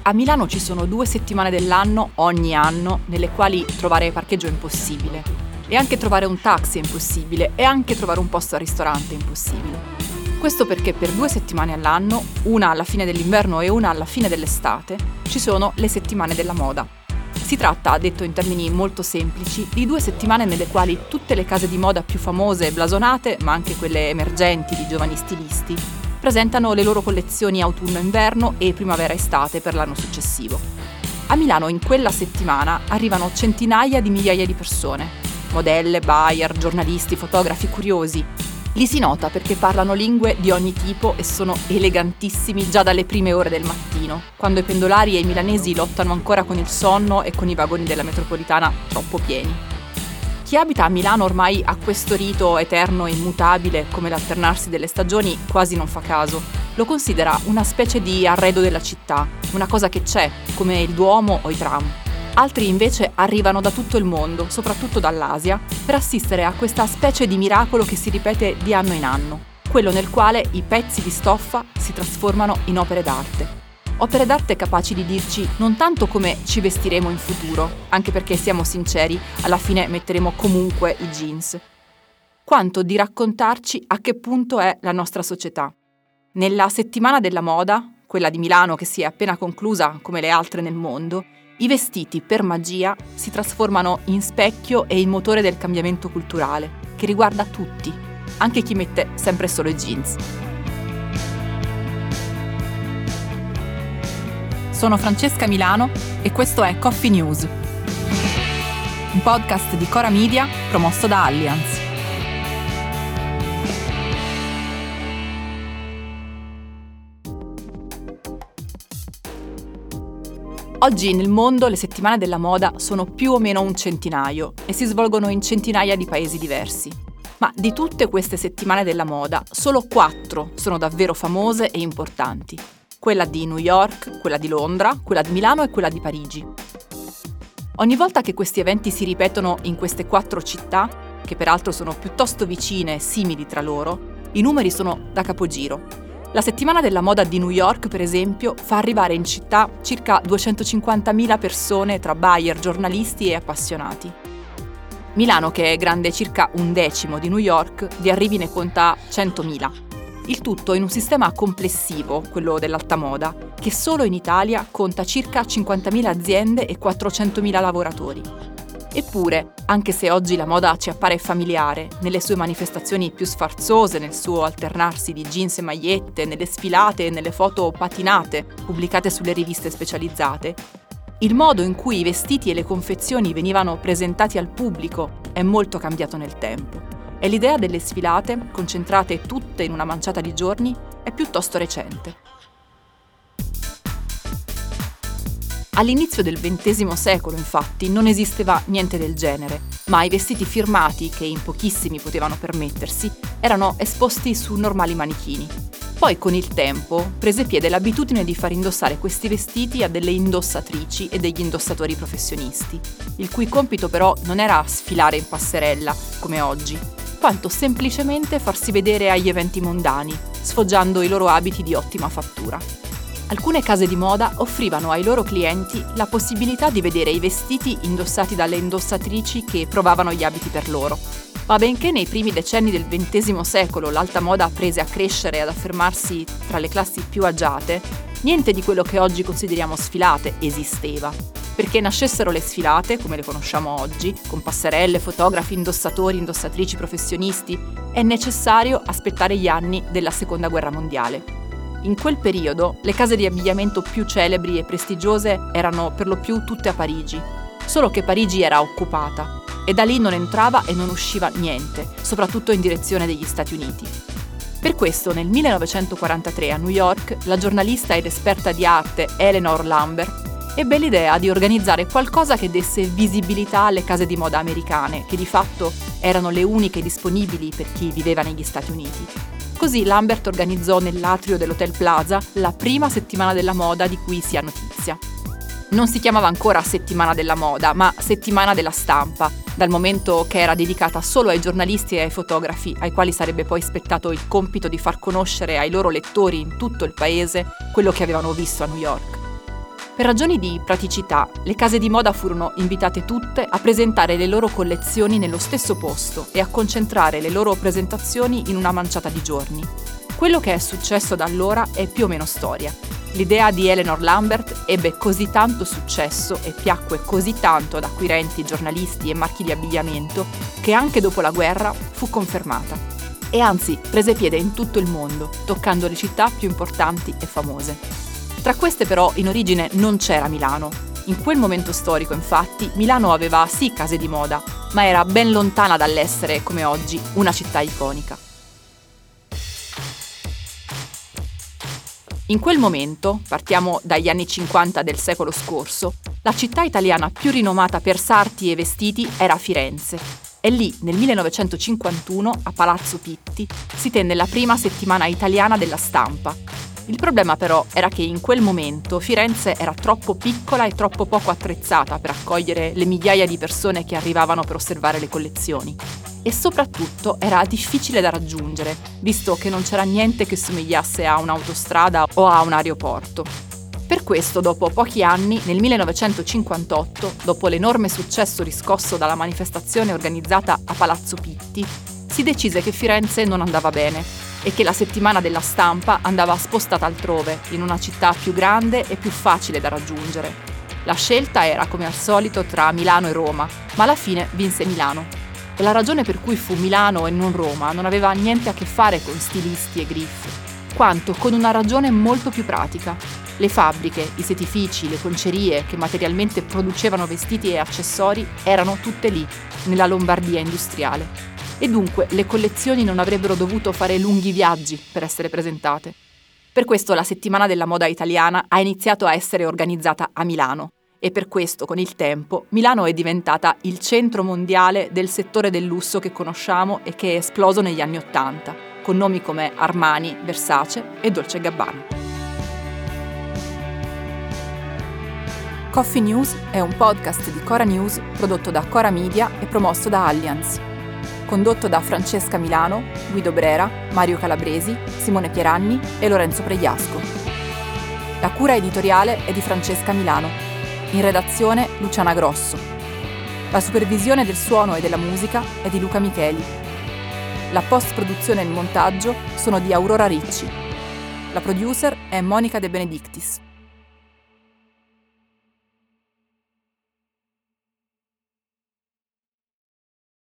A Milano ci sono 2 settimane dell'anno, ogni anno, nelle quali trovare parcheggio è impossibile. E anche trovare un taxi è impossibile, e anche trovare un posto al ristorante è impossibile. Questo perché per 2 settimane all'anno, una alla fine dell'inverno e una alla fine dell'estate, ci sono le settimane della moda. Si tratta, detto in termini molto semplici, di 2 settimane nelle quali tutte le case di moda più famose e blasonate, ma anche quelle emergenti di giovani stilisti, presentano le loro collezioni autunno-inverno e primavera-estate per l'anno successivo. A Milano in quella settimana arrivano centinaia di migliaia di persone, modelle, buyer, giornalisti, fotografi, curiosi. Li si nota perché parlano lingue di ogni tipo e sono elegantissimi già dalle prime ore del mattino, quando i pendolari e i milanesi lottano ancora con il sonno e con i vagoni della metropolitana troppo pieni. Chi abita a Milano ormai ha questo rito eterno e immutabile, come l'alternarsi delle stagioni, quasi non fa caso. Lo considera una specie di arredo della città, una cosa che c'è, come il Duomo o i tram. Altri invece arrivano da tutto il mondo, soprattutto dall'Asia, per assistere a questa specie di miracolo che si ripete di anno in anno, quello nel quale i pezzi di stoffa si trasformano in opere d'arte. Opere d'arte capaci di dirci non tanto come ci vestiremo in futuro, anche perché siamo sinceri, alla fine metteremo comunque i jeans, quanto di raccontarci a che punto è la nostra società. Nella settimana della moda, quella di Milano che si è appena conclusa come le altre nel mondo, i vestiti per magia si trasformano in specchio e in motore del cambiamento culturale, che riguarda tutti, anche chi mette sempre solo i jeans. Sono Francesca Milano e questo è Coffee News, un podcast di Cora Media promosso da Allianz. Oggi nel mondo le settimane della moda sono più o meno un centinaio e si svolgono in centinaia di paesi diversi. Ma di tutte queste settimane della moda, solo 4 sono davvero famose e importanti. Quella di New York, quella di Londra, quella di Milano e quella di Parigi. Ogni volta che questi eventi si ripetono in queste 4 città, che peraltro sono piuttosto vicine e simili tra loro, i numeri sono da capogiro. La settimana della moda di New York, per esempio, fa arrivare in città circa 250.000 persone tra buyer, giornalisti e appassionati. Milano, che è grande circa 1/10 di New York, di arrivi ne conta 100.000. Il tutto in un sistema complessivo, quello dell'alta moda, che solo in Italia conta circa 50.000 aziende e 400.000 lavoratori. Eppure, anche se oggi la moda ci appare familiare, nelle sue manifestazioni più sfarzose, nel suo alternarsi di jeans e magliette, nelle sfilate e nelle foto patinate pubblicate sulle riviste specializzate, il modo in cui i vestiti e le confezioni venivano presentati al pubblico è molto cambiato nel tempo. E l'idea delle sfilate, concentrate tutte in una manciata di giorni, è piuttosto recente. All'inizio del XX secolo, infatti, non esisteva niente del genere, ma i vestiti firmati, che in pochissimi potevano permettersi, erano esposti su normali manichini. Poi, con il tempo, prese piede l'abitudine di far indossare questi vestiti a delle indossatrici e degli indossatori professionisti, il cui compito però non era sfilare in passerella, come oggi, quanto semplicemente farsi vedere agli eventi mondani, sfoggiando i loro abiti di ottima fattura. Alcune case di moda offrivano ai loro clienti la possibilità di vedere i vestiti indossati dalle indossatrici che provavano gli abiti per loro. Ma benché nei primi decenni del XX secolo l'alta moda prese a crescere e ad affermarsi tra le classi più agiate, niente di quello che oggi consideriamo sfilate esisteva. Perché nascessero le sfilate, come le conosciamo oggi, con passerelle, fotografi, indossatori, indossatrici, professionisti, è necessario aspettare gli anni della Seconda Guerra Mondiale. In quel periodo le case di abbigliamento più celebri e prestigiose erano per lo più tutte a Parigi, solo che Parigi era occupata e da lì non entrava e non usciva niente, soprattutto in direzione degli Stati Uniti. Per questo nel 1943 a New York la giornalista ed esperta di arte Eleanor Lambert ebbe l'idea di organizzare qualcosa che desse visibilità alle case di moda americane, che di fatto erano le uniche disponibili per chi viveva negli Stati Uniti. Così Lambert organizzò nell'atrio dell'Hotel Plaza la prima settimana della moda di cui si ha notizia. Non si chiamava ancora Settimana della Moda, ma Settimana della Stampa, dal momento che era dedicata solo ai giornalisti e ai fotografi, ai quali sarebbe poi spettato il compito di far conoscere ai loro lettori in tutto il paese quello che avevano visto a New York. Per ragioni di praticità, le case di moda furono invitate tutte a presentare le loro collezioni nello stesso posto e a concentrare le loro presentazioni in una manciata di giorni. Quello che è successo da allora è più o meno storia. L'idea di Eleanor Lambert ebbe così tanto successo e piacque così tanto ad acquirenti, giornalisti e marchi di abbigliamento che anche dopo la guerra fu confermata. E anzi prese piede in tutto il mondo, toccando le città più importanti e famose. Tra queste però in origine non c'era Milano. In quel momento storico, infatti, Milano aveva sì case di moda, ma era ben lontana dall'essere, come oggi, una città iconica. In quel momento, partiamo dagli anni 50 del secolo scorso, la città italiana più rinomata per sarti e vestiti era Firenze. E lì, nel 1951, a Palazzo Pitti, si tenne la prima settimana italiana della stampa. Il problema però era che in quel momento Firenze era troppo piccola e troppo poco attrezzata per accogliere le migliaia di persone che arrivavano per osservare le collezioni. E soprattutto era difficile da raggiungere, visto che non c'era niente che somigliasse a un'autostrada o a un aeroporto. Per questo, dopo pochi anni, nel 1958, dopo l'enorme successo riscosso dalla manifestazione organizzata a Palazzo Pitti, si decise che Firenze non andava bene e che la settimana della stampa andava spostata altrove, in una città più grande e più facile da raggiungere. La scelta era, come al solito, tra Milano e Roma, ma alla fine vinse Milano. E la ragione per cui fu Milano e non Roma non aveva niente a che fare con stilisti e griffi, quanto con una ragione molto più pratica. Le fabbriche, i settifici, le concerie che materialmente producevano vestiti e accessori erano tutte lì, nella Lombardia industriale. E dunque le collezioni non avrebbero dovuto fare lunghi viaggi per essere presentate. Per questo la settimana della moda italiana ha iniziato a essere organizzata a Milano e per questo, con il tempo, Milano è diventata il centro mondiale del settore del lusso che conosciamo e che è esploso negli anni '80, con nomi come Armani, Versace e Dolce & Gabbana. Coffee News è un podcast di Cora News prodotto da Cora Media e promosso da Allianz. Condotto da Francesca Milano, Guido Brera, Mario Calabresi, Simone Pieranni e Lorenzo Pregliasco. La cura editoriale è di Francesca Milano. In redazione Luciana Grosso. La supervisione del suono e della musica è di Luca Micheli. La post-produzione e il montaggio sono di Aurora Ricci. La producer è Monica De Benedictis.